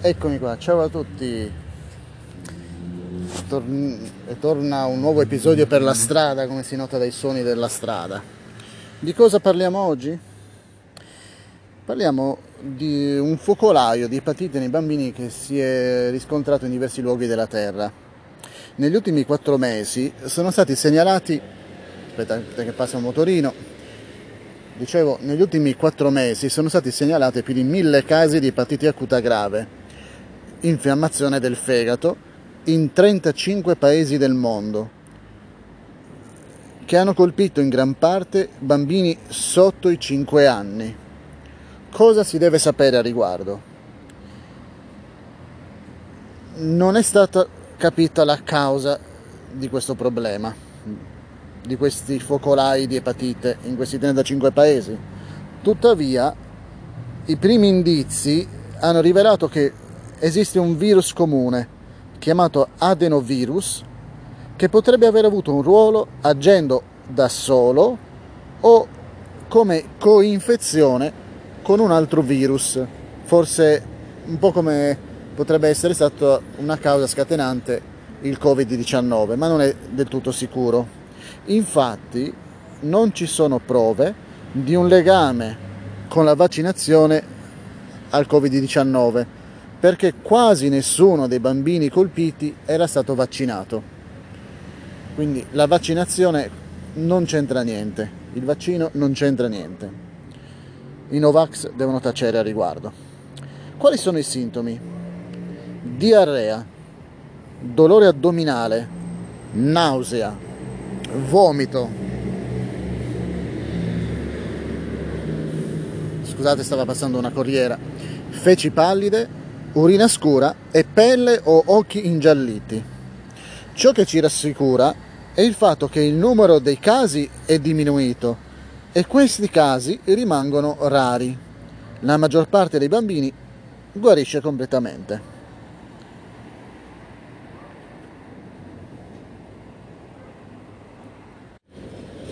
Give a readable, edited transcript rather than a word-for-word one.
Eccomi qua, ciao a tutti. Torna un nuovo episodio per la strada, come si nota dai suoni della strada. Di cosa parliamo oggi? Parliamo di un focolaio di epatite nei bambini che si è riscontrato in diversi luoghi della Terra. Negli ultimi 4 mesi sono stati segnalati, aspetta che passa un motorino, dicevo, negli ultimi 4 mesi sono stati segnalati più di 1000 casi di epatite acuta grave, infiammazione del fegato, in 35 paesi del mondo, che hanno colpito in gran parte bambini sotto i 5 anni. Cosa si deve sapere a riguardo? Non è stata capita la causa di questo problema, di questi focolai di epatite in questi 35 paesi. Tuttavia, i primi indizi hanno rivelato che esiste un virus comune chiamato adenovirus che potrebbe aver avuto un ruolo agendo da solo o come coinfezione con un altro virus, forse un po' come potrebbe essere stata una causa scatenante il Covid-19, ma non è del tutto sicuro. Infatti non ci sono prove di un legame con la vaccinazione al Covid-19, perché quasi nessuno dei bambini colpiti era stato vaccinato. Quindi la vaccinazione non c'entra niente, il vaccino non c'entra niente. I Novax devono tacere a riguardo. Quali sono i sintomi? Diarrea, dolore addominale, nausea, vomito. Scusate, stava passando una corriera. Feci pallide, urina scura e pelle o occhi ingialliti. Ciò che ci rassicura è il fatto che il numero dei casi è diminuito e questi casi rimangono rari. La maggior parte dei bambini guarisce completamente.